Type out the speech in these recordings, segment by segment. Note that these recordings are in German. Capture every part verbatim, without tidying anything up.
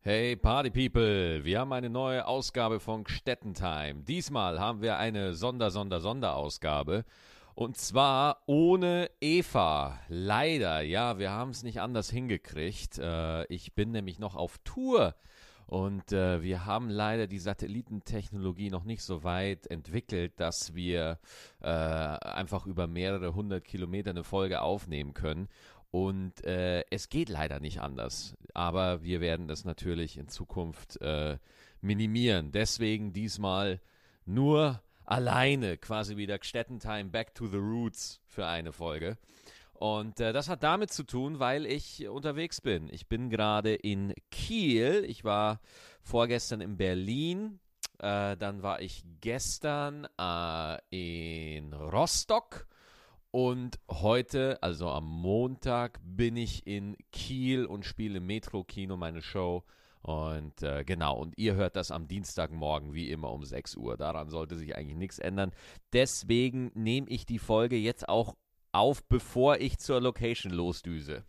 Hey Party People, wir haben eine neue Ausgabe von Gstettentime. Diesmal haben wir eine Sonder-Sonder-Sonderausgabe und zwar ohne Eva. Leider, ja, wir haben es nicht anders hingekriegt. Äh, ich bin nämlich noch auf Tour und äh, wir haben leider die Satellitentechnologie noch nicht so weit entwickelt, dass wir äh, einfach über mehrere hundert Kilometer eine Folge aufnehmen können. Und äh, es geht leider nicht anders. Aber wir werden das natürlich in Zukunft äh, minimieren. Deswegen diesmal nur alleine, quasi wieder Gstettentime Back to the Roots für eine Folge. Und äh, das hat damit zu tun, weil ich unterwegs bin. Ich bin gerade in Kiel. Ich war vorgestern in Berlin. Äh, dann war ich gestern äh, in Rostock. Und heute, also am Montag, bin ich in Kiel und spiele im Metro-Kino meine Show. Und äh, genau, und ihr hört das am Dienstagmorgen, wie immer um sechs Uhr. Daran sollte sich eigentlich nichts ändern. Deswegen nehme ich die Folge jetzt auch auf, bevor ich zur Location losdüse.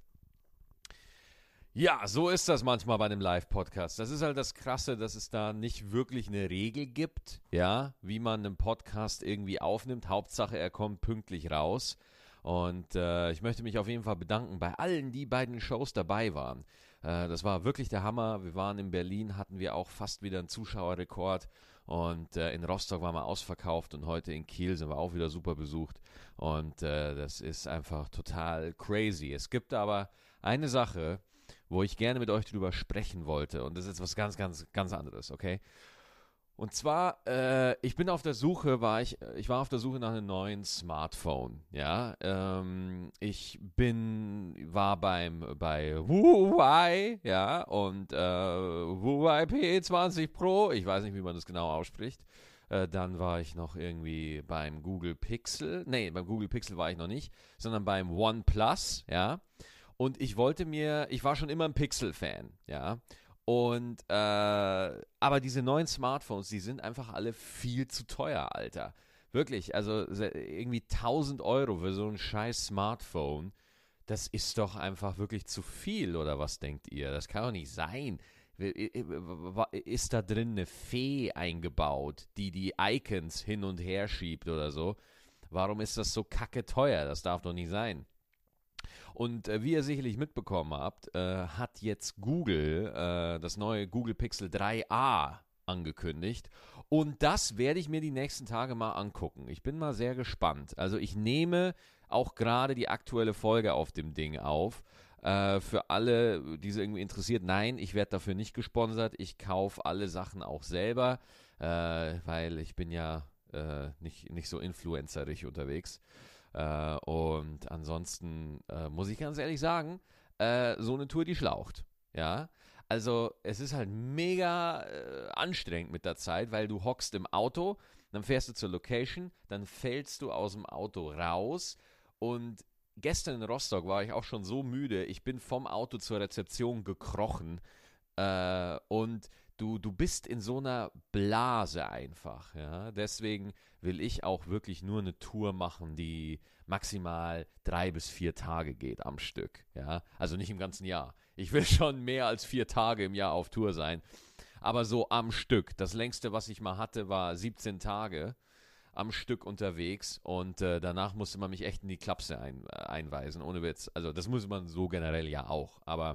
Ja, so ist das manchmal bei einem Live-Podcast. Das ist halt das Krasse, dass es da nicht wirklich eine Regel gibt, ja, wie man einen Podcast irgendwie aufnimmt. Hauptsache, er kommt pünktlich raus. Und äh, ich möchte mich auf jeden Fall bedanken bei allen, die bei den Shows dabei waren. Äh, das war wirklich der Hammer. Wir waren in Berlin, hatten wir auch fast wieder einen Zuschauerrekord. Und äh, in Rostock waren wir ausverkauft und heute in Kiel sind wir auch wieder super besucht. Und äh, das ist einfach total crazy. Es gibt aber eine Sache, wo ich gerne mit euch drüber sprechen wollte. Und das ist was ganz, ganz, ganz anderes, okay? Und zwar, äh, ich bin auf der Suche, war ich, ich war auf der Suche nach einem neuen Smartphone, ja. Ähm, ich bin, war beim, bei Huawei, ja, und äh, Huawei P zwanzig Pro, ich weiß nicht, wie man das genau ausspricht. Äh, dann war ich noch irgendwie beim Google Pixel, nee, beim Google Pixel war ich noch nicht, sondern beim OnePlus, ja. Und ich wollte mir, ich war schon immer ein Pixel-Fan, ja. Und, äh, aber diese neuen Smartphones, die sind einfach alle viel zu teuer, Alter. Wirklich, also irgendwie tausend Euro für so ein scheiß Smartphone, das ist doch einfach wirklich zu viel, oder was denkt ihr? Das kann doch nicht sein. Ist da drin eine Fee eingebaut, die die Icons hin und her schiebt oder so? Warum ist das so kacke teuer? Das darf doch nicht sein. Und äh, wie ihr sicherlich mitbekommen habt, äh, hat jetzt Google äh, das neue Google Pixel drei a angekündigt. Und das werde ich mir die nächsten Tage mal angucken. Ich bin mal sehr gespannt. Also ich nehme auch gerade die aktuelle Folge auf dem Ding auf. Äh, für alle, die es irgendwie interessiert, nein, ich werde dafür nicht gesponsert. Ich kaufe alle Sachen auch selber, äh, weil ich bin ja äh, nicht, nicht so influencerig unterwegs. Äh, und ansonsten äh, muss ich ganz ehrlich sagen, äh, so eine Tour, die schlaucht. Ja, also es ist halt mega äh, anstrengend mit der Zeit, weil du hockst im Auto, dann fährst du zur Location, dann fällst du aus dem Auto raus und gestern in Rostock war ich auch schon so müde, ich bin vom Auto zur Rezeption gekrochen äh, und du, du bist in so einer Blase einfach, ja. Deswegen will ich auch wirklich nur eine Tour machen, die maximal drei bis vier Tage geht am Stück, ja. Also nicht im ganzen Jahr. Ich will schon mehr als vier Tage im Jahr auf Tour sein, aber so am Stück. Das längste, was ich mal hatte, war siebzehn Tage am Stück unterwegs und äh, danach musste man mich echt in die Klapse ein, äh, einweisen, ohne Witz. Also das muss man so generell ja auch, aber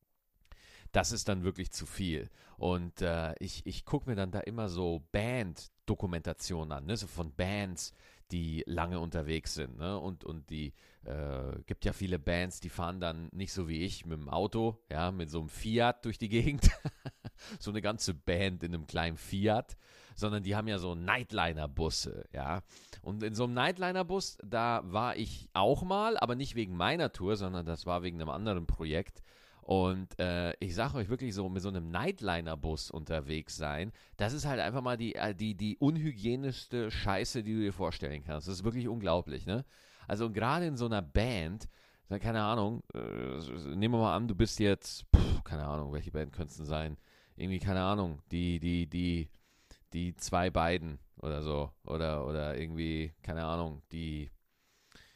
das ist dann wirklich zu viel. Und äh, ich, ich gucke mir dann da immer so Band-Dokumentationen an, ne? So von Bands, die lange unterwegs sind. Ne? Und, und die äh, gibt ja viele Bands, die fahren dann nicht so wie ich mit dem Auto, ja, mit so einem Fiat durch die Gegend. So eine ganze Band in einem kleinen Fiat, sondern die haben ja so Nightliner-Busse, ja. Und in so einem Nightliner-Bus, da war ich auch mal, aber nicht wegen meiner Tour, sondern das war wegen einem anderen Projekt. Und äh, ich sage euch wirklich so, mit so einem Nightliner-Bus unterwegs sein, das ist halt einfach mal die, äh, die, die unhygienischste Scheiße, die du dir vorstellen kannst. Das ist wirklich unglaublich, ne? Also gerade in so einer Band, keine Ahnung, äh, nehmen wir mal an, du bist jetzt, pff, keine Ahnung, welche Band könnte es denn sein? Irgendwie, keine Ahnung, die, die, die, die zwei beiden oder so. Oder, oder irgendwie, keine Ahnung, die,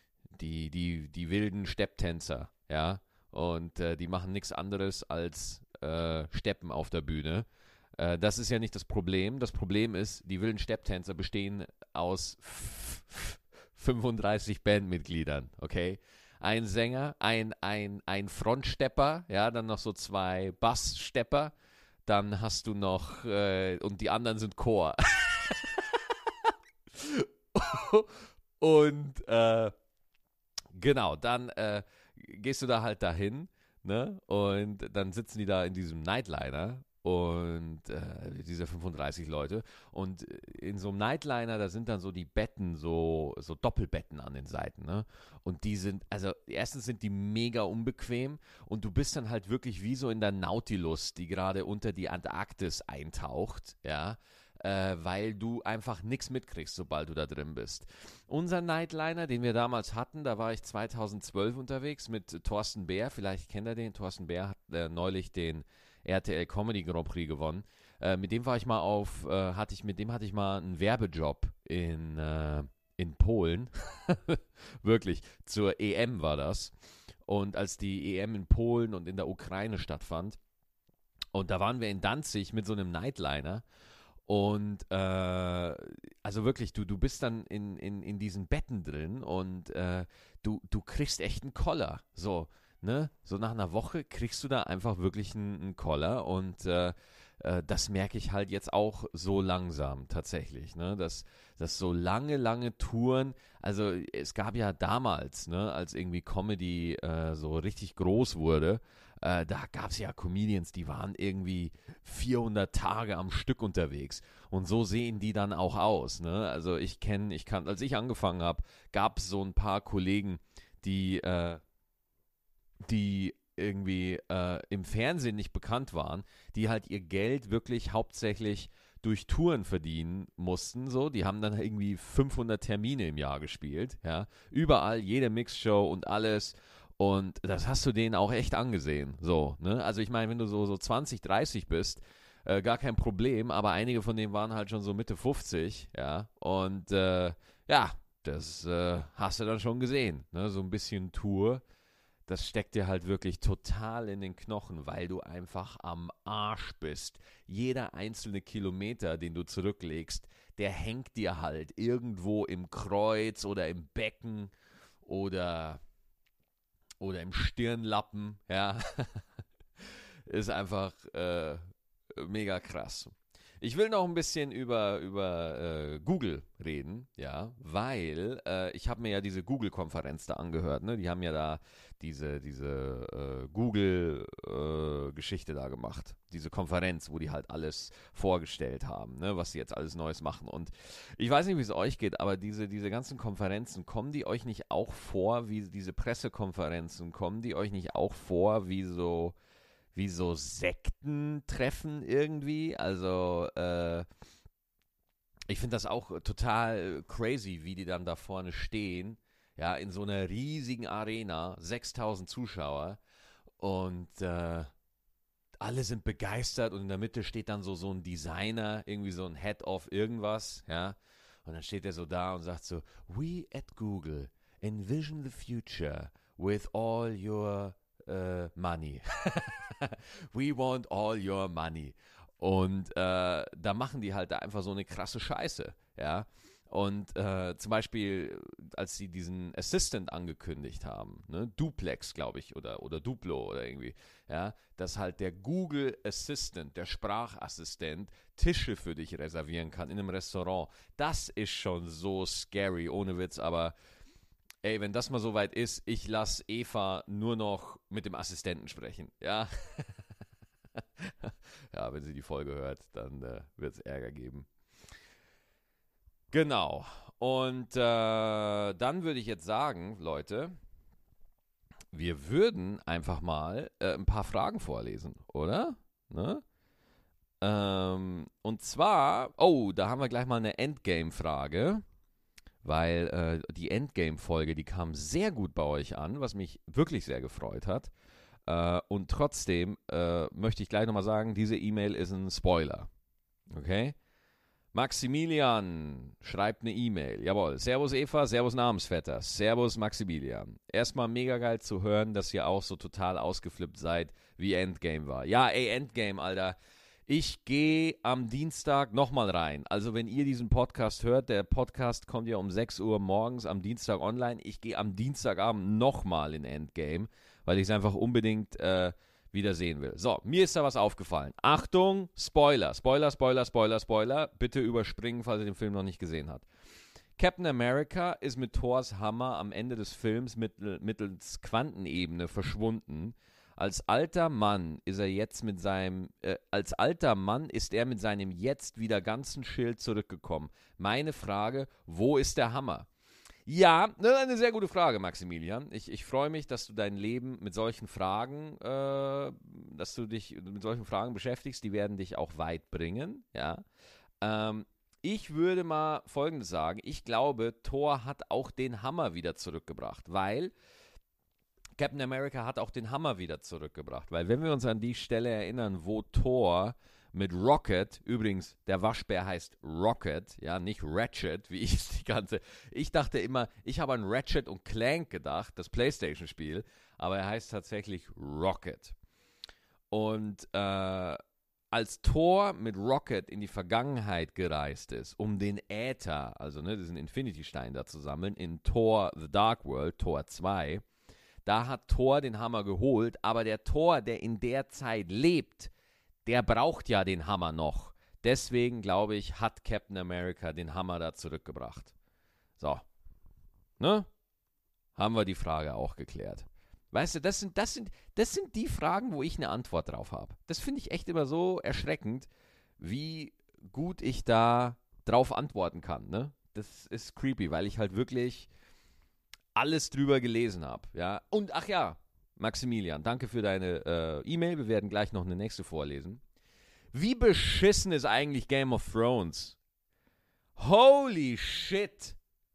die, die, die wilden Stepptänzer, ja. Und äh, die machen nichts anderes als äh, Steppen auf der Bühne. Äh, das ist ja nicht das Problem. Das Problem ist, die wilden Stepptänzer bestehen aus f- f- fünfunddreißig Bandmitgliedern, okay? Ein Sänger, ein, ein, ein Frontstepper, ja, dann noch so zwei Bassstepper, dann hast du noch, äh, und die anderen sind Chor. Und äh, genau, dann äh, gehst du da halt dahin, ne? Und dann sitzen die da in diesem Nightliner und äh, diese fünfunddreißig Leute. Und in so einem Nightliner, da sind dann so die Betten, so, so Doppelbetten an den Seiten, ne? Und die sind, also erstens sind die mega unbequem und du bist dann halt wirklich wie so in der Nautilus, die gerade unter die Antarktis eintaucht, ja. Äh, weil du einfach nichts mitkriegst, sobald du da drin bist. Unser Nightliner, den wir damals hatten, da war ich zweitausendzwölf unterwegs mit Thorsten Bär, vielleicht kennt ihr den, Thorsten Bär hat äh, neulich den R T L Comedy Grand Prix gewonnen. Äh, mit dem war ich mal auf, äh, hatte ich, mit dem hatte ich mal einen Werbejob in, äh, in Polen. Wirklich, zur E M war das. Und als die E M in Polen und in der Ukraine stattfand, und da waren wir in Danzig mit so einem Nightliner. Und äh, also wirklich, du, du bist dann in, in, in diesen Betten drin und äh, du, du kriegst echt einen Koller. So, ne? So nach einer Woche kriegst du da einfach wirklich einen, einen Koller und äh, äh, das merke ich halt jetzt auch so langsam tatsächlich, ne? Dass, dass so lange, lange Touren, also es gab ja damals, ne, als irgendwie Comedy äh, so richtig groß wurde, Äh, da gab es ja Comedians, die waren irgendwie vierhundert Tage am Stück unterwegs. Und so sehen die dann auch aus. Ne? Also ich kenne, ich kann, als ich angefangen habe, gab es so ein paar Kollegen, die, äh, die irgendwie äh, im Fernsehen nicht bekannt waren, die halt ihr Geld wirklich hauptsächlich durch Touren verdienen mussten. So, die haben dann irgendwie fünfhundert Termine im Jahr gespielt. Ja? Überall, jede Mixshow und alles. Und das hast du denen auch echt angesehen. So, ne? Also ich meine, wenn du so, so zwanzig, dreißig bist, äh, gar kein Problem, aber einige von denen waren halt schon so Mitte fünfzig, ja. Und äh, ja, das äh, hast du dann schon gesehen. Ne? So ein bisschen Tour, das steckt dir halt wirklich total in den Knochen, weil du einfach am Arsch bist. Jeder einzelne Kilometer, den du zurücklegst, der hängt dir halt irgendwo im Kreuz oder im Becken oder oder im Stirnlappen, ja, ist einfach äh, mega krass. Ich will noch ein bisschen über, über äh, Google reden, ja, weil äh, ich habe mir ja diese Google-Konferenz da angehört, ne? Die haben ja da diese, diese äh, Google-Geschichte äh, da gemacht, diese Konferenz, wo die halt alles vorgestellt haben, ne? Was sie jetzt alles Neues machen. Und ich weiß nicht, wie es euch geht, aber diese, diese ganzen Konferenzen, kommen die euch nicht auch vor, wie diese Pressekonferenzen, kommen die euch nicht auch vor, wie so wie so Sektentreffen irgendwie. Also äh, ich finde das auch total crazy, wie die dann da vorne stehen, ja, in so einer riesigen Arena, sechstausend Zuschauer und äh, alle sind begeistert und in der Mitte steht dann so, so ein Designer, irgendwie so ein Head of irgendwas, ja, und dann steht er so da und sagt so, we at Google envision the future with all your uh, money. We want all your money. Und äh, da machen die halt da einfach so eine krasse Scheiße, ja. Und äh, zum Beispiel, als sie diesen Assistant angekündigt haben, ne, Duplex, glaube ich, oder, oder Duplo oder irgendwie, ja, dass halt der Google Assistant, der Sprachassistent, Tische für dich reservieren kann in einem Restaurant. Das ist schon so scary, ohne Witz, aber ey, wenn das mal so weit ist, ich lasse Eva nur noch mit dem Assistenten sprechen, ja. Ja, wenn sie die Folge hört, dann äh, wird es Ärger geben. Genau. Und äh, dann würde ich jetzt sagen, Leute, wir würden einfach mal äh, ein paar Fragen vorlesen, oder? Ne? Ähm, und zwar, oh, da haben wir gleich mal eine Endgame-Frage, weil äh, die Endgame-Folge, die kam sehr gut bei euch an, was mich wirklich sehr gefreut hat. Uh, und trotzdem uh, möchte ich gleich nochmal sagen, diese E-Mail ist ein Spoiler. Okay? Maximilian schreibt eine E-Mail. Jawohl. Servus Eva, Servus Namensvetter, Servus Maximilian. Erstmal mega geil zu hören, dass ihr auch so total ausgeflippt seid, wie Endgame war. Ja, ey, Endgame, Alter. Ich gehe am Dienstag nochmal rein. Also wenn ihr diesen Podcast hört, der Podcast kommt ja um sechs Uhr morgens am Dienstag online. Ich gehe am Dienstagabend nochmal in Endgame, weil ich es einfach unbedingt äh, wieder sehen will. So, mir ist da was aufgefallen. Achtung, Spoiler, Spoiler, Spoiler, Spoiler, Spoiler. Bitte überspringen, falls ihr den Film noch nicht gesehen habt. Captain America ist mit Thors Hammer am Ende des Films mittel, mittels Quantenebene verschwunden. Als alter Mann ist er jetzt mit seinem, äh, als alter Mann ist er mit seinem jetzt wieder ganzen Schild zurückgekommen. Meine Frage, wo ist der Hammer? Ja, eine sehr gute Frage, Maximilian. Ich, ich freue mich, dass du dein Leben mit solchen Fragen, äh, dass du dich mit solchen Fragen beschäftigst. Die werden dich auch weit bringen. Ja. Ähm, ich würde mal Folgendes sagen. Ich glaube, Thor hat auch den Hammer wieder zurückgebracht, weil Captain America hat auch den Hammer wieder zurückgebracht. Weil wenn wir uns an die Stelle erinnern, wo Thor mit Rocket, übrigens, der Waschbär heißt Rocket, ja, nicht Ratchet, wie ich die ganze, ich dachte immer, ich habe an Ratchet und Clank gedacht, das Playstation-Spiel, aber er heißt tatsächlich Rocket. Und äh, als Thor mit Rocket in die Vergangenheit gereist ist, um den Äther, also ne, diesen Infinity-Stein da zu sammeln, in Thor The Dark World, Thor zwei, da hat Thor den Hammer geholt, aber der Thor, der in der Zeit lebt, der braucht ja den Hammer noch. Deswegen, glaube ich, hat Captain America den Hammer da zurückgebracht. So. Ne? Haben wir die Frage auch geklärt. Weißt du, das sind, das sind, das sind die Fragen, wo ich eine Antwort drauf habe. Das finde ich echt immer so erschreckend, wie gut ich da drauf antworten kann. Ne? Das ist creepy, weil ich halt wirklich alles drüber gelesen habe. Ja? Und, ach ja, Maximilian, danke für deine äh, E-Mail. Wir werden gleich noch eine nächste vorlesen. Wie beschissen ist eigentlich Game of Thrones? Holy shit!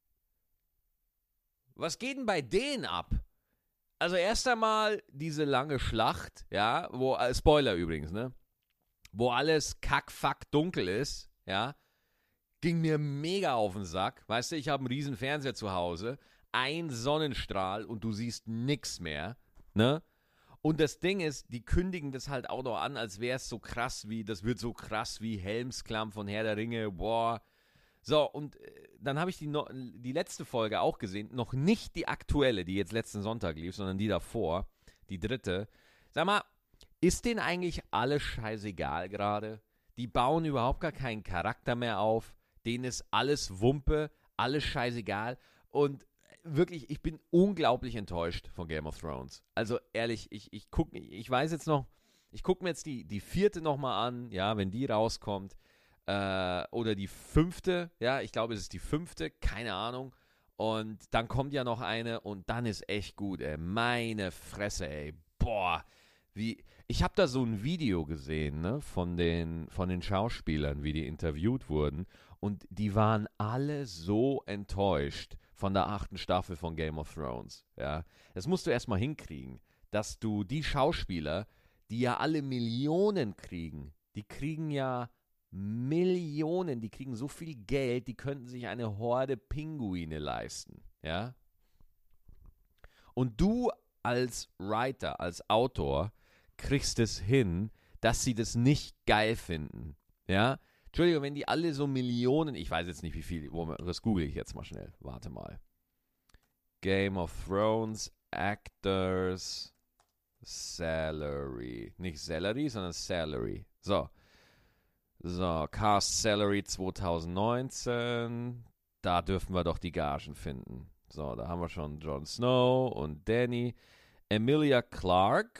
Was geht denn bei denen ab? Also erst einmal diese lange Schlacht, ja, wo, äh, Spoiler übrigens, ne? Wo alles kack-fuck dunkel ist, ja, ging mir mega auf den Sack. Weißt du, ich habe einen riesen Fernseher zu Hause, ein Sonnenstrahl und du siehst nix mehr. Ne? Und das Ding ist, die kündigen das halt auch noch an, als wäre es so krass wie, das wird so krass wie Helmsklamm von Herr der Ringe, boah. So, und äh, dann habe ich die, no- die letzte Folge auch gesehen, noch nicht die aktuelle, die jetzt letzten Sonntag lief, sondern die davor, die dritte. Sag mal, ist denen eigentlich alles scheißegal gerade? Die bauen überhaupt gar keinen Charakter mehr auf, denen ist alles Wumpe, alles scheißegal und wirklich, ich bin unglaublich enttäuscht von Game of Thrones. Also ehrlich, ich, ich gucke, ich weiß jetzt noch, ich gucke mir jetzt die, die vierte nochmal an, ja, wenn die rauskommt. Äh, oder die fünfte, ja, ich glaube, es ist die fünfte, keine Ahnung. Und dann kommt ja noch eine und dann ist echt gut, ey. Meine Fresse, ey. Boah. Wie, ich habe da so ein Video gesehen, ne, von den, von den Schauspielern, wie die interviewt wurden. Und die waren alle so enttäuscht von der achten Staffel von Game of Thrones. Ja. Das musst du erstmal hinkriegen, dass du die Schauspieler, die ja alle Millionen kriegen, die kriegen ja Millionen, die kriegen so viel Geld, die könnten sich eine Horde Pinguine leisten. Ja. Und du als Writer, als Autor, kriegst es hin, dass sie das nicht geil finden. Ja. Entschuldigung, wenn die alle so Millionen, ich weiß jetzt nicht wie viel, das google ich jetzt mal schnell, warte mal. Game of Thrones Actors Salary. Nicht Salary, sondern Salary. So. So, Cast Salary zwanzig neunzehn. Da dürfen wir doch die Gagen finden. So, da haben wir schon Jon Snow und Dany. Emilia Clarke,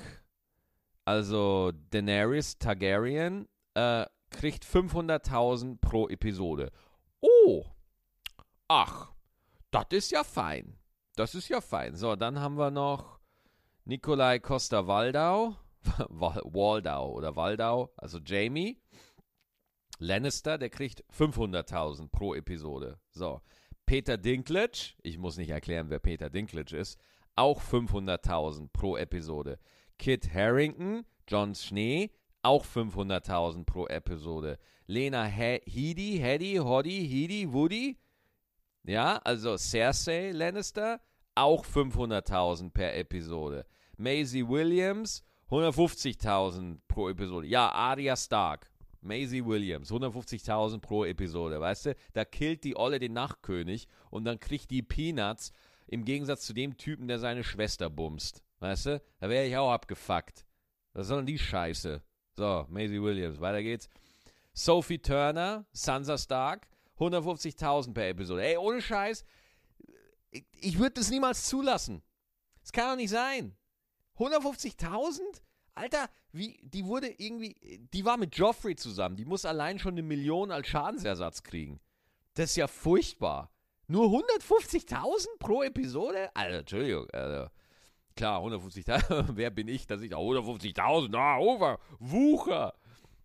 also Daenerys Targaryen, äh, kriegt fünfhunderttausend pro Episode. Oh, ach, das ist ja fein. Das ist ja fein. So, dann haben wir noch Nikolai Coster-Waldau, Waldau oder Waldau, also Jamie Lannister, der kriegt fünfhunderttausend pro Episode. So, Peter Dinklage, ich muss nicht erklären, wer Peter Dinklage ist, auch fünfhunderttausend pro Episode. Kit Harington, Jon Schnee, auch fünfhunderttausend pro Episode. Lena He- Headey, Headey, Hoddy, Headey, Woody, ja, also Cersei Lannister, auch fünfhunderttausend per Episode. Maisie Williams, hundertfünfzigtausend pro Episode. Ja, Arya Stark, Maisie Williams, hundertfünfzigtausend pro Episode, weißt du? Da killt die Olle den Nachtkönig und dann kriegt die Peanuts im Gegensatz zu dem Typen, der seine Schwester bumst, weißt du? Da wäre ich auch abgefuckt. Was soll denn die Scheiße? So, Maisie Williams, weiter geht's. Sophie Turner, Sansa Stark, hundertfünfzigtausend per Episode. Ey, ohne Scheiß, ich, ich würde das niemals zulassen. Das kann doch nicht sein. hundertfünfzigtausend? Alter, wie, die wurde irgendwie, die war mit Joffrey zusammen. Die muss allein schon eine Million als Schadensersatz kriegen. Das ist ja furchtbar. Nur hundertfünfzigtausend pro Episode? Alter, Entschuldigung, also, klar, hundertfünfzigtausend, wer bin ich, dass ich da hundertfünfzigtausend, na, over, Wucher.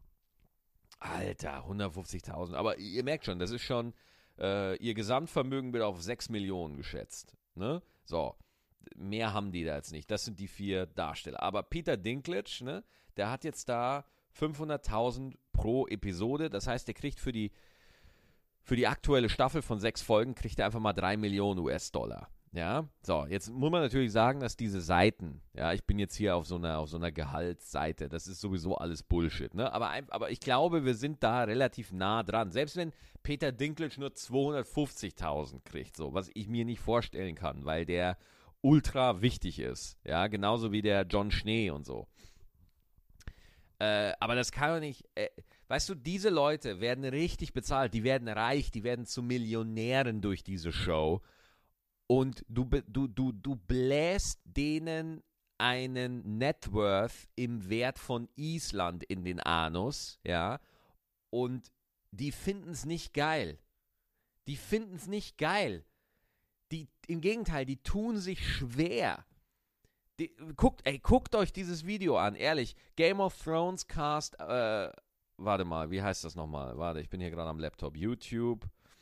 Alter, hundertfünfzigtausend. Aber ihr merkt schon, das ist schon, äh, ihr Gesamtvermögen wird auf sechs Millionen geschätzt. Ne? So, mehr haben die da jetzt nicht. Das sind die vier Darsteller. Aber Peter Dinklage, ne, der hat jetzt da fünfhunderttausend pro Episode. Das heißt, der kriegt für die, für die aktuelle Staffel von sechs Folgen, kriegt er einfach mal drei Millionen U S-Dollar. Ja, so, jetzt muss man natürlich sagen, dass diese Seiten, ja, ich bin jetzt hier auf so einer, auf so einer Gehaltsseite, das ist sowieso alles Bullshit, ne, aber, aber ich glaube, wir sind da relativ nah dran, selbst wenn Peter Dinklage nur zweihundertfünfzigtausend kriegt, so, was ich mir nicht vorstellen kann, weil der ultra wichtig ist, ja, genauso wie der John Schnee und so, äh, aber das kann doch nicht, äh, weißt du, diese Leute werden richtig bezahlt, die werden reich, die werden zu Millionären durch diese Show. Und du, du, du, du bläst denen einen Net Worth im Wert von Island in den Anus, ja, und die finden es nicht geil. Die finden es nicht geil. Die, im Gegenteil, die tun sich schwer. Die, guckt, ey, guckt euch dieses Video an, ehrlich. Game of Thrones Cast, äh, warte mal, wie heißt das nochmal? Warte, ich bin hier gerade am Laptop. YouTube.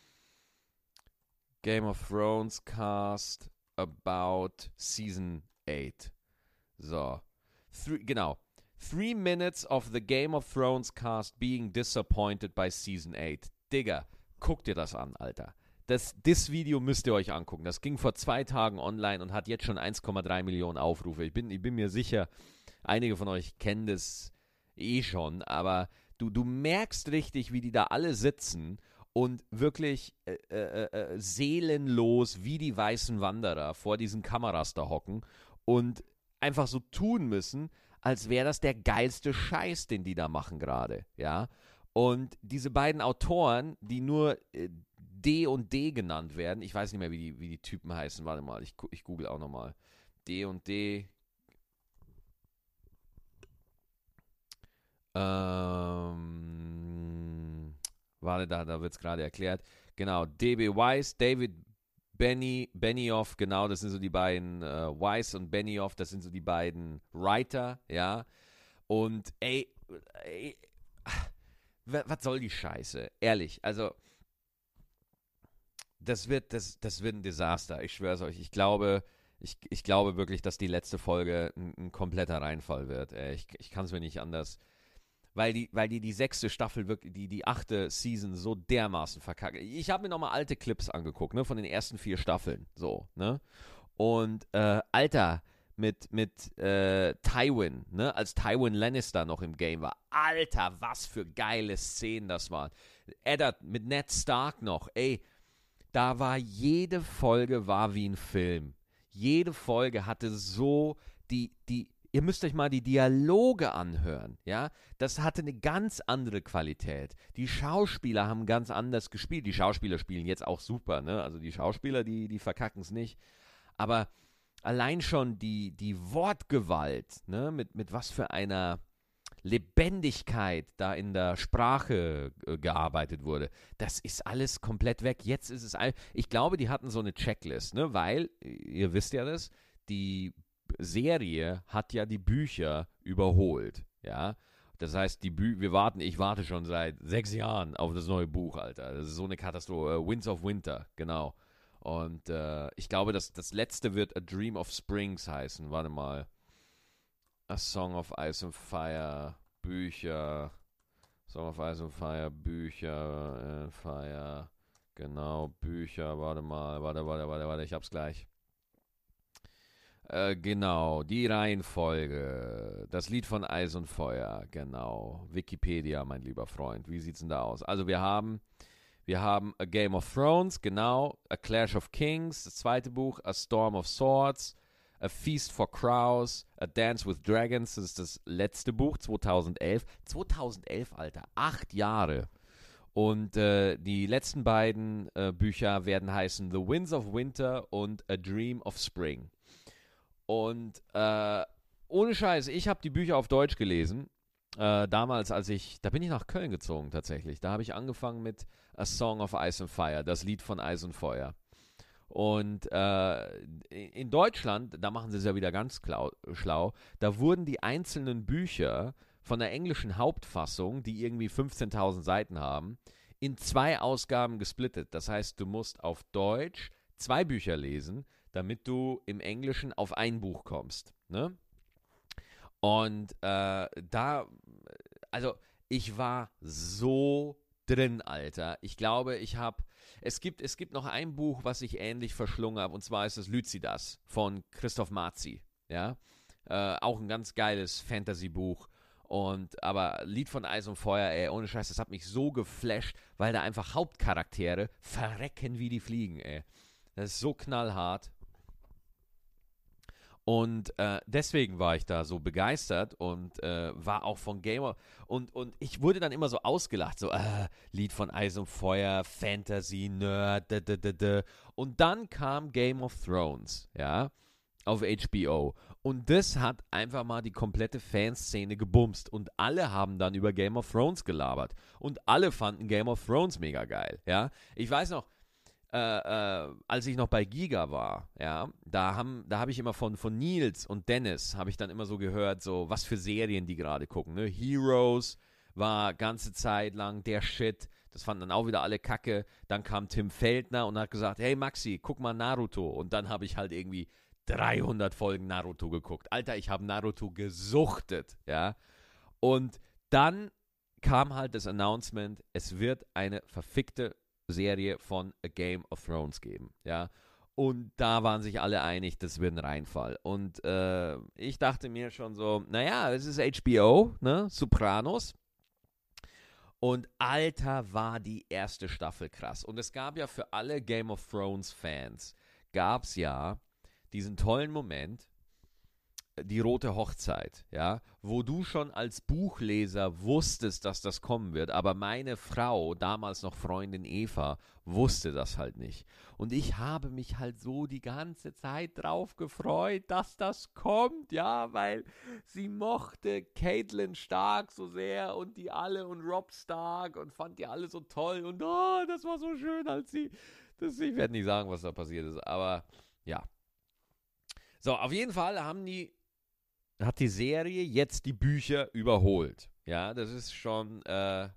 Game of Thrones Cast about Season eight. So. Three, genau. Three minutes of the Game of Thrones cast being disappointed by Season eight. Digga, guckt dir das an, Alter. Das, das Video müsst ihr euch angucken. Das ging vor zwei Tagen online und hat jetzt schon eins Komma drei Millionen Aufrufe. Ich bin, ich bin mir sicher, einige von euch kennen das eh schon, aber du, du merkst richtig, wie die da alle sitzen und wirklich äh, äh, äh, seelenlos wie die weißen Wanderer vor diesen Kameras da hocken und einfach so tun müssen, als wäre das der geilste Scheiß, den die da machen gerade, ja. Und diese beiden Autoren, die nur äh, D und D genannt werden, ich weiß nicht mehr, wie die, wie die Typen heißen, warte mal, ich, ich google auch nochmal. D und D. Ähm, warte, da, da wird es gerade erklärt. Genau, D B. Weiss, David Benny, Benioff, genau, das sind so die beiden, äh, Weiss und Benioff, das sind so die beiden Writer, ja. Und ey, ey was soll die Scheiße? Ehrlich, also das wird, das, das wird ein Desaster, ich schwör's euch. Ich glaube, ich, ich glaube wirklich, dass die letzte Folge ein, ein kompletter Reinfall wird. Ich, ich kann es mir nicht anders, weil die, weil die die sechste Staffel wirklich, die, die achte Season so dermaßen verkackt. Ich habe mir nochmal alte Clips angeguckt, ne, von den ersten vier Staffeln, so, ne, und, äh, Alter, mit, mit, äh, Tywin, ne, als Tywin Lannister noch im Game war, Alter, was für geile Szenen das waren. Eddard mit Ned Stark noch, ey, da war jede Folge war wie ein Film. Jede Folge hatte so die, die, ihr müsst euch mal die Dialoge anhören, ja, das hatte eine ganz andere Qualität. Die Schauspieler haben ganz anders gespielt. Die Schauspieler spielen jetzt auch super, ne, also die Schauspieler, die, die verkacken es nicht, aber allein schon die, die Wortgewalt, ne, mit, mit was für einer Lebendigkeit da in der Sprache äh, gearbeitet wurde, das ist alles komplett weg. Jetzt ist es, all, ich glaube, die hatten so eine Checklist, ne, weil, ihr wisst ja das, die Serie hat ja die Bücher überholt, ja. Das heißt, die Bü- wir warten, ich warte schon seit sechs Jahren auf das neue Buch, Alter. Das ist so eine Katastrophe. Uh, Winds of Winter, genau. Und äh, ich glaube, das, das letzte wird A Dream of Springs heißen. Warte mal. A Song of Ice and Fire Bücher, Song of Ice and Fire, Bücher, äh, Fire, genau, Bücher, warte mal, warte, warte, warte, warte, ich hab's gleich. Äh, genau, die Reihenfolge, das Lied von Eis und Feuer, genau, Wikipedia, mein lieber Freund, wie sieht's denn da aus? Also wir haben, wir haben A Game of Thrones, genau, A Clash of Kings, das zweite Buch, A Storm of Swords, A Feast for Crows, A Dance with Dragons, das ist das letzte Buch, zweitausendelf. zweitausendelf, Alter, acht Jahre. Und äh, die letzten beiden äh, Bücher werden heißen The Winds of Winter und A Dream of Spring. Und äh, ohne Scheiß, ich habe die Bücher auf Deutsch gelesen. Äh, damals, als ich, da bin ich nach Köln gezogen tatsächlich. Da habe ich angefangen mit A Song of Ice and Fire, das Lied von Eis und Feuer. Und äh, in Deutschland, da machen sie es ja wieder ganz klau, schlau, da wurden die einzelnen Bücher von der englischen Hauptfassung, die irgendwie fünfzehntausend Seiten haben, in zwei Ausgaben gesplittet. Das heißt, du musst auf Deutsch zwei Bücher lesen, damit du im Englischen auf ein Buch kommst. Ne? Und äh, da, also ich war so drin, Alter. Ich glaube, ich habe, es gibt, es gibt noch ein Buch, was ich ähnlich verschlungen habe, und zwar ist es Lycidas von Christoph Marzi. Ja, äh, auch ein ganz geiles Fantasy-Buch. Und, aber Lied von Eis und Feuer, ey, ohne Scheiß, das hat mich so geflasht, weil da einfach Hauptcharaktere verrecken wie die Fliegen, ey. Das ist so knallhart. Und äh, deswegen war ich da so begeistert und äh, war auch von Gamer. Und, und ich wurde dann immer so ausgelacht, so, äh, Lied von Eis und Feuer, Fantasy, Nerd, da, da, da, da. Und dann kam Game of Thrones, ja, auf H B O. Und das hat einfach mal die komplette Fanszene gebumst. Und alle haben dann über Game of Thrones gelabert. Und alle fanden Game of Thrones mega geil, ja. Ich weiß noch, Äh, äh, als ich noch bei Giga war, ja, da haben, da habe ich immer von, von Nils und Dennis, habe ich dann immer so gehört, so, was für Serien die gerade gucken, ne? Heroes war ganze Zeit lang der Shit, das fanden dann auch wieder alle kacke, dann kam Tim Feldner und hat gesagt, hey Maxi, guck mal Naruto, und dann habe ich halt irgendwie dreihundert Folgen Naruto geguckt. Alter, ich habe Naruto gesuchtet, ja, und dann kam halt das Announcement, es wird eine verfickte Serie von A Game of Thrones geben, ja, und da waren sich alle einig, das wird ein Reinfall, und äh, ich dachte mir schon so, naja, es ist H B O, ne, Sopranos, und Alter, war die erste Staffel krass, und es gab ja für alle Game of Thrones Fans, gab es ja diesen tollen Moment, die rote Hochzeit, ja, wo du schon als Buchleser wusstest, dass das kommen wird, aber meine Frau, damals noch Freundin Eva, wusste das halt nicht. Und ich habe mich halt so die ganze Zeit drauf gefreut, dass das kommt, ja, weil sie mochte Caitlin Stark so sehr und die alle und Robb Stark und fand die alle so toll und oh, das war so schön, als sie, das, ich werde nicht sagen, was da passiert ist, aber ja. So, auf jeden Fall haben die hat die Serie jetzt die Bücher überholt. Ja, das ist schon äh,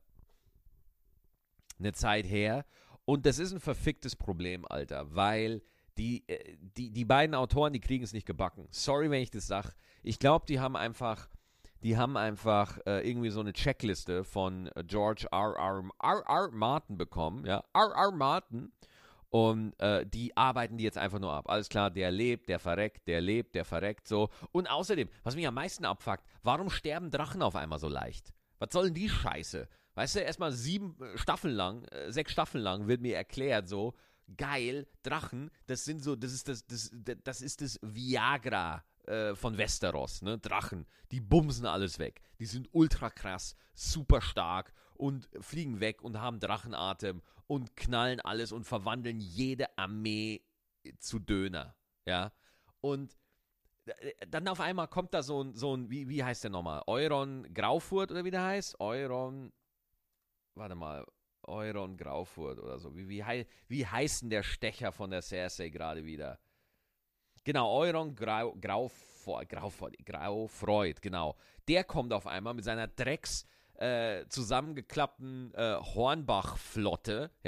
eine Zeit her. Und das ist ein verficktes Problem, Alter, weil die, äh, die, die beiden Autoren, die kriegen es nicht gebacken. Sorry, wenn ich das sage. Ich glaube, die haben einfach, die haben einfach äh, irgendwie so eine Checkliste von George R. R. R. R. Martin bekommen. Ja, R. R. Martin. Und äh, die arbeiten die jetzt einfach nur ab. Alles klar, der lebt, der verreckt, der lebt, der verreckt, so. Und außerdem, was mich am meisten abfuckt, warum sterben Drachen auf einmal so leicht? Was soll denn die Scheiße? Weißt du, erstmal sieben Staffeln lang, äh, sechs Staffeln lang wird mir erklärt, so, geil, Drachen, das sind so, das ist das, das, das ist das Viagra äh, von Westeros, ne? Drachen, die bumsen alles weg. Die sind ultra krass, super stark und fliegen weg und haben Drachenatem und knallen alles und verwandeln jede Armee zu Döner, ja, und dann auf einmal kommt da so ein, so ein wie, wie heißt der nochmal, Euron Graufurt oder wie der heißt, Euron, warte mal, Euron Graufurt oder so, wie, wie, hei, wie heißt denn der Stecher von der Cersei gerade wieder? Genau, Euron Grau, Graufort, Graufort, Graufreud, genau, der kommt auf einmal mit seiner Drecks äh, zusammengeklappten äh, Hornbach-Flotte, ja,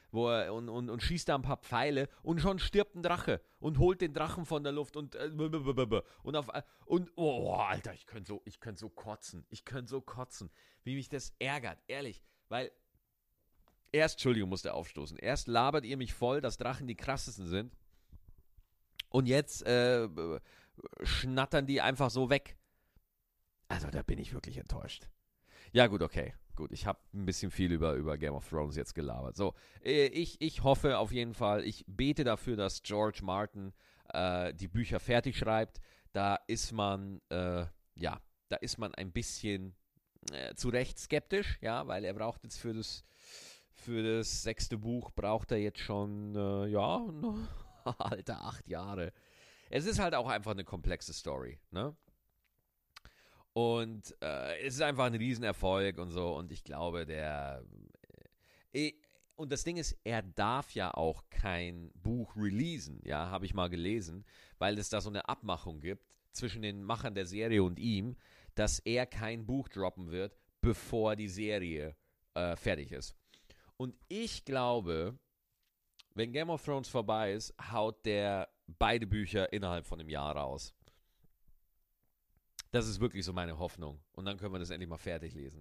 wo er und, und, und schießt da ein paar Pfeile und schon stirbt ein Drache und holt den Drachen von der Luft und äh, und auf und oh, Alter, ich könnte so, ich könnte so kotzen. Ich könnte so kotzen, wie mich das ärgert, ehrlich, weil erst, Entschuldigung, musste aufstoßen. Erst labert ihr mich voll, dass Drachen die krassesten sind. Und jetzt äh, schnattern die einfach so weg. Also da bin ich wirklich enttäuscht. Ja gut, okay. Gut, ich habe ein bisschen viel über, über Game of Thrones jetzt gelabert. So, äh, ich, ich hoffe auf jeden Fall, ich bete dafür, dass George Martin äh, die Bücher fertig schreibt. Da ist man, äh, ja, da ist man ein bisschen äh, zu Recht skeptisch, ja, weil er braucht jetzt für das, für das sechste Buch, braucht er jetzt schon, äh, ja, Alter, acht Jahre. Es ist halt auch einfach eine komplexe Story, ne? Und äh, es ist einfach ein Riesenerfolg und so. Und ich glaube, der... Äh, und das Ding ist, er darf ja auch kein Buch releasen, ja, habe ich mal gelesen, weil es da so eine Abmachung gibt zwischen den Machern der Serie und ihm, dass er kein Buch droppen wird, bevor die Serie äh, fertig ist. Und ich glaube, wenn Game of Thrones vorbei ist, haut der beide Bücher innerhalb von einem Jahr raus. Das ist wirklich so meine Hoffnung. Und dann können wir das endlich mal fertig lesen.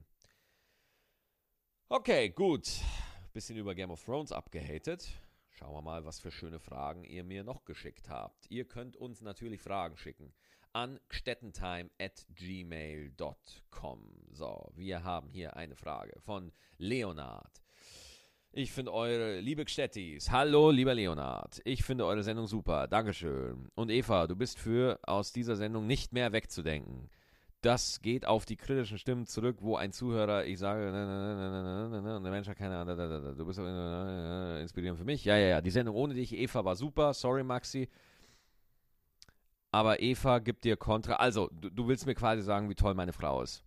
Okay, gut. Bisschen über Game of Thrones abgehatet. Schauen wir mal, was für schöne Fragen ihr mir noch geschickt habt. Ihr könnt uns natürlich Fragen schicken an gstettentime at gmail dot com. So, wir haben hier eine Frage von Leonard. Ich finde eure, liebe Gstettis, hallo lieber Leonard, ich finde eure Sendung super, Dankeschön. Und Eva, du bist für aus dieser Sendung nicht mehr wegzudenken. Das geht auf die kritischen Stimmen zurück, wo ein Zuhörer, ich sage, und der Mensch hat keine Ahnung, du bist inspirierend für mich. Ja, ja, ja, die Sendung ohne dich, Eva, war super, sorry Maxi. Aber Eva gibt dir Kontra, also du, du willst mir quasi sagen, wie toll meine Frau ist.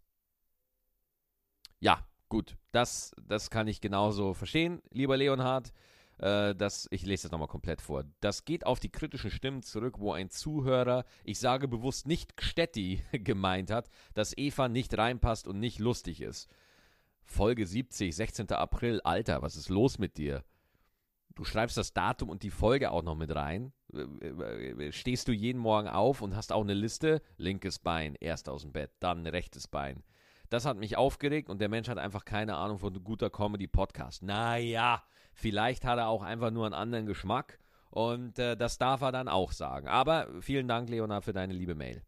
Ja. Gut, das, das kann ich genauso verstehen, lieber Leonhard. Äh, das, ich lese das nochmal komplett vor. Das geht auf die kritischen Stimmen zurück, wo ein Zuhörer, ich sage bewusst nicht Gstetti, gemeint hat, dass Eva nicht reinpasst und nicht lustig ist. Folge siebzig, sechzehnten April. Alter, was ist los mit dir? Du schreibst das Datum und die Folge auch noch mit rein. Stehst du jeden Morgen auf und hast auch eine Liste? Linkes Bein, erst aus dem Bett, dann rechtes Bein. Das hat mich aufgeregt und der Mensch hat einfach keine Ahnung von guter Comedy-Podcast. Naja, vielleicht hat er auch einfach nur einen anderen Geschmack und äh, das darf er dann auch sagen. Aber vielen Dank, Leonard, für deine liebe Mail.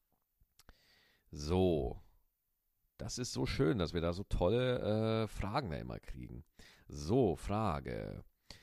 So, das ist so schön, dass wir da so tolle äh, Fragen da immer kriegen. So, Frage.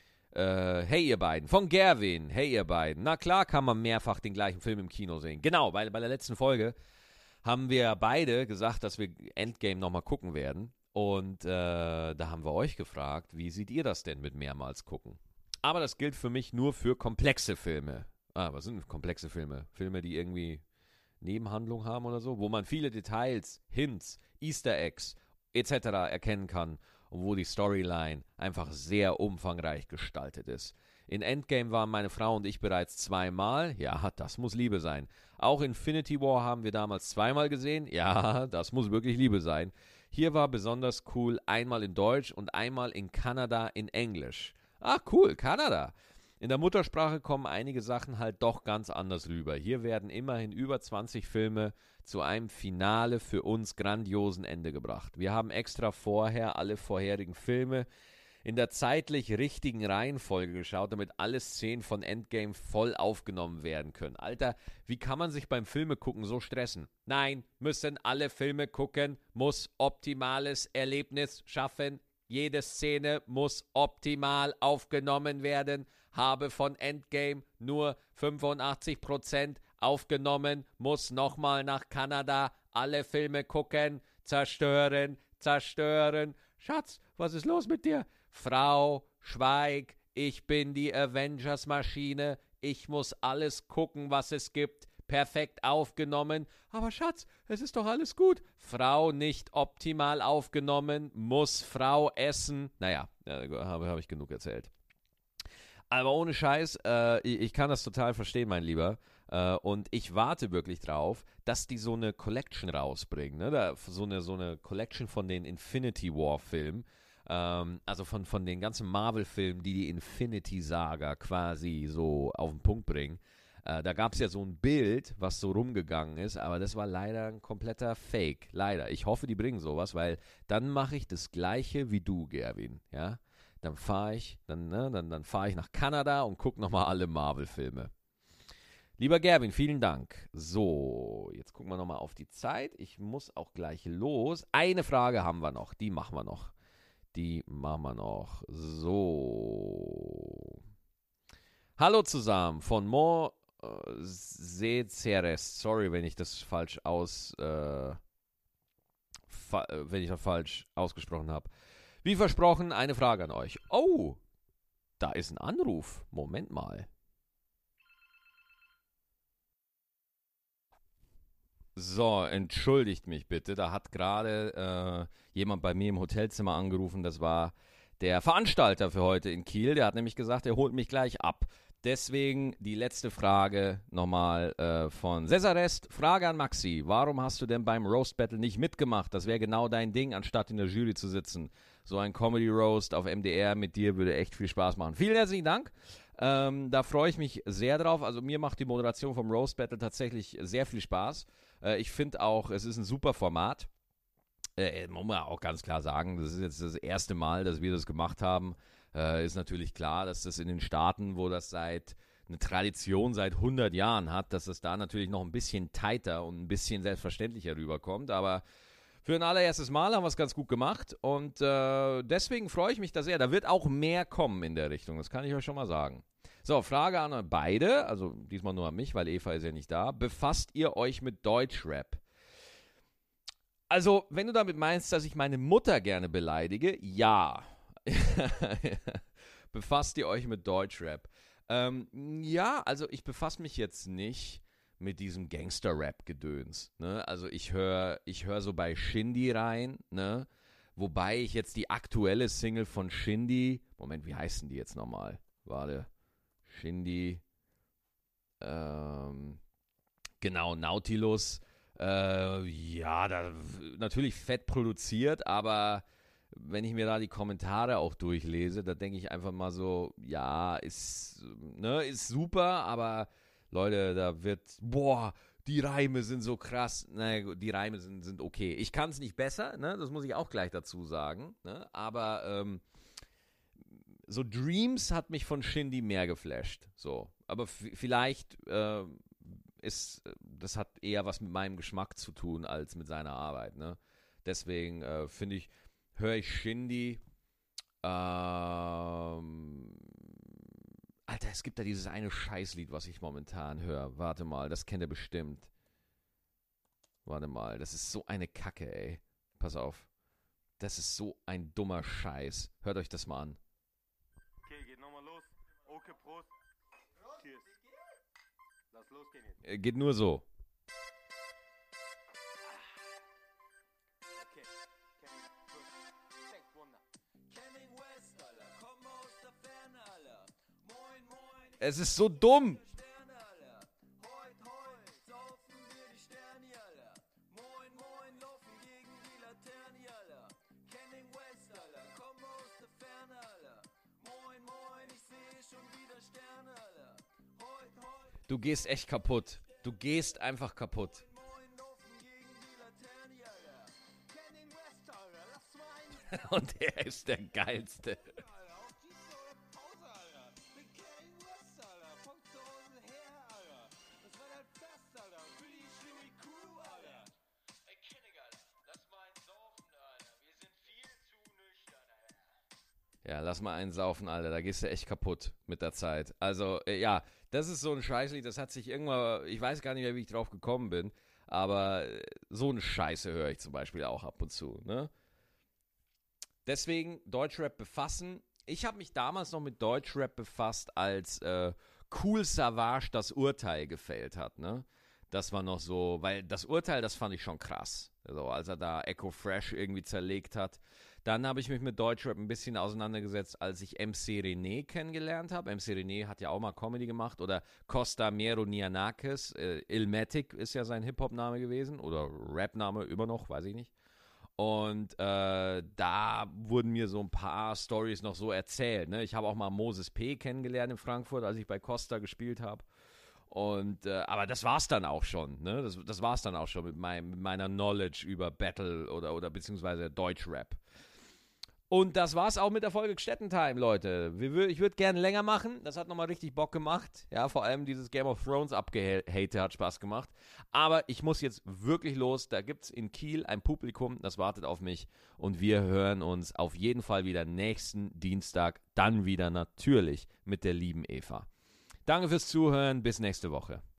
Äh, hey ihr beiden, von Gerwin. Hey ihr beiden. Na klar kann man mehrfach den gleichen Film im Kino sehen. Genau, weil bei der letzten Folge haben wir beide gesagt, dass wir Endgame nochmal gucken werden. Und äh, da haben wir euch gefragt, wie seht ihr das denn mit mehrmals gucken? Aber das gilt für mich nur für komplexe Filme. Ah, was sind komplexe Filme? Filme, die irgendwie Nebenhandlung haben oder so, wo man viele Details, Hints, Easter Eggs et cetera erkennen kann und wo die Storyline einfach sehr umfangreich gestaltet ist. In Endgame waren meine Frau und ich bereits zweimal. Ja, das muss Liebe sein. Auch Infinity War haben wir damals zweimal gesehen. Ja, das muss wirklich Liebe sein. Hier war besonders cool, einmal in Deutsch und einmal in Kanada in Englisch. Ah, cool, Kanada. In der Muttersprache kommen einige Sachen halt doch ganz anders rüber. Hier werden immerhin über zwanzig Filme zu einem Finale für uns grandiosen Ende gebracht. Wir haben extra vorher alle vorherigen Filme in der zeitlich richtigen Reihenfolge geschaut, damit alle Szenen von Endgame voll aufgenommen werden können. Alter, wie kann man sich beim Filme gucken so stressen? Nein, müssen alle Filme gucken, muss optimales Erlebnis schaffen. Jede Szene muss optimal aufgenommen werden. Habe von Endgame nur fünfundachtzig Prozent aufgenommen, muss nochmal nach Kanada alle Filme gucken, zerstören, zerstören. Schatz, was ist los mit dir? Frau, schweig, ich bin die Avengers-Maschine, ich muss alles gucken, was es gibt, perfekt aufgenommen, aber Schatz, es ist doch alles gut. Frau nicht optimal aufgenommen, muss Frau essen. Naja, habe hab ich genug erzählt. Aber ohne Scheiß, äh, ich, ich kann das total verstehen, mein Lieber. Äh, und ich warte wirklich drauf, dass die so eine Collection rausbringen. Ne? Da, so, eine, so eine Collection von den Infinity War Filmen. Ähm, also von, von den ganzen Marvel-Filmen, die die Infinity-Saga quasi so auf den Punkt bringen. Äh, da gab es ja so ein Bild, was so rumgegangen ist, aber das war leider ein kompletter Fake. Leider. Ich hoffe, die bringen sowas, weil dann mache ich das Gleiche wie du, Gerwin. Ja? Dann fahre ich, dann, ne, dann, dann fahre ich nach Kanada und gucke nochmal alle Marvel-Filme. Lieber Gerwin, vielen Dank. So, jetzt gucken wir nochmal auf die Zeit. Ich muss auch gleich los. Eine Frage haben wir noch, die machen wir noch. Die machen wir noch. So. Hallo zusammen von Mo äh, Seceres. Sorry, wenn ich das falsch aus, äh, fa- äh, wenn ich das falsch ausgesprochen habe. Wie versprochen, eine Frage an euch. Oh, da ist ein Anruf. Moment mal. So, entschuldigt mich bitte. Da hat gerade äh, jemand bei mir im Hotelzimmer angerufen. Das war der Veranstalter für heute in Kiel. Der hat nämlich gesagt, er holt mich gleich ab. Deswegen die letzte Frage nochmal äh, von Cesarest. Frage an Maxi. Warum hast du denn beim Roast Battle nicht mitgemacht? Das wäre genau dein Ding, anstatt in der Jury zu sitzen. So ein Comedy Roast auf M D R mit dir würde echt viel Spaß machen. Vielen herzlichen Dank. Ähm, da freue ich mich sehr drauf. Also mir macht die Moderation vom Roast Battle tatsächlich sehr viel Spaß. Äh, ich finde auch, es ist ein super Format. Äh, muss man auch ganz klar sagen, das ist jetzt das erste Mal, dass wir das gemacht haben. Äh, ist natürlich klar, dass das in den Staaten, wo das seit eine Tradition seit hundert Jahren hat, dass das da natürlich noch ein bisschen tighter und ein bisschen selbstverständlicher rüberkommt. Aber für ein allererstes Mal haben wir es ganz gut gemacht und äh, deswegen freue ich mich da sehr. Da wird auch mehr kommen in der Richtung, das kann ich euch schon mal sagen. So, Frage an euch beide, also diesmal nur an mich, weil Eva ist ja nicht da. Befasst ihr euch mit Deutschrap? Also, wenn du damit meinst, dass ich meine Mutter gerne beleidige, ja. Befasst ihr euch mit Deutschrap? Ähm, ja, also ich befasse mich jetzt nicht mit diesem Gangster-Rap-Gedöns. Ne? Also ich höre ich hör so bei Shindy rein, ne? Wobei ich jetzt die aktuelle Single von Shindy, Moment, wie heißen die jetzt nochmal? Warte, Shindy, ähm, genau, Nautilus, äh, ja, da, natürlich fett produziert, aber wenn ich mir da die Kommentare auch durchlese, da denke ich einfach mal so, ja, ist, ne, ist super, aber Leute, da wird, boah, die Reime sind so krass. Naja, die Reime sind, sind okay. Ich kann es nicht besser, ne, das muss ich auch gleich dazu sagen, ne, aber ähm, so Dreams hat mich von Shindy mehr geflasht, so, aber f- vielleicht äh, ist, das hat eher was mit meinem Geschmack zu tun, als mit seiner Arbeit, ne, deswegen äh, finde ich, höre ich Shindy. Ähm, Alter, es gibt da dieses eine Scheißlied, was ich momentan höre. Warte mal, das kennt ihr bestimmt. Warte mal, das ist so eine Kacke, ey. Pass auf. Das ist so ein dummer Scheiß. Hört euch das mal an. Okay, geht nochmal los. Okay, Prost. Cheers. Lass losgehen jetzt. Äh, Geht nur so. Okay. Kenning, Push, Check, Wunder. Kenning West, Alter. Komm aus der Ferne, Alter. Moin, moin. Es ist so dumm. Sterne, Alter. Heut, heut. Saufen wir die Sterne, Alter. Moin, moin. Laufen gegen die Laterne, Alter. Kenning West, Alter. Komm aus der Ferne, Alter. Moin, moin. Ich sehe schon wieder Sterne, Alter. Heut, heut. Du gehst echt kaputt. Du gehst einfach kaputt. Moin, laufen gegen die Laterne, Alter. Kenning West, Alter. Lass mal einen Und er ist der Geilste. Alter, auf die Show Pause, Alter. Mit Kenning West, Alter. Von zu Hause her, Alter. Das war dein Fest, Alter. Für die Chewy Crew, Alter. Ey, Kenning, Alter. Lass mal einen saufen, Alter. Wir sind viel zu nüchtern, Alter. Ja, lass mal einen saufen, Alter. Da gehst du echt kaputt mit der Zeit. Also, äh, ja, das ist so ein Scheißlied. Das hat sich irgendwann, ich weiß gar nicht mehr, wie ich drauf gekommen bin. Aber äh, so eine Scheiße höre ich zum Beispiel auch ab und zu, ne? Deswegen Deutschrap befassen. Ich habe mich damals noch mit Deutschrap befasst, als äh, Cool Savage das Urteil gefällt hat, ne? Das war noch so, weil das Urteil, das fand ich schon krass. Also, als er da Echo Fresh irgendwie zerlegt hat. Dann habe ich mich mit Deutschrap ein bisschen auseinandergesetzt, als ich M C René kennengelernt habe. M C René hat ja auch mal Comedy gemacht. Oder Costa Mero Nianakis. Äh, Illmatic ist ja sein Hip-Hop-Name gewesen. Oder Rap-Name immer noch, weiß ich nicht. Und äh, da wurden mir so ein paar Storys noch so erzählt. Ne? Ich habe auch mal Moses P. kennengelernt in Frankfurt, als ich bei Costa gespielt habe. Und, äh, aber das war's dann auch schon, ne? Das, das war's dann auch schon mit, mein, mit meiner Knowledge über Battle oder, oder beziehungsweise Deutschrap. Und das war's auch mit der Folge Gstettentime, Leute. Wir, ich würde gerne länger machen. Das hat nochmal richtig Bock gemacht. Ja, vor allem dieses Game of Thrones Abgehate hat Spaß gemacht. Aber ich muss jetzt wirklich los. Da gibt's in Kiel ein Publikum, das wartet auf mich. Und wir hören uns auf jeden Fall wieder nächsten Dienstag. Dann wieder natürlich mit der lieben Eva. Danke fürs Zuhören. Bis nächste Woche.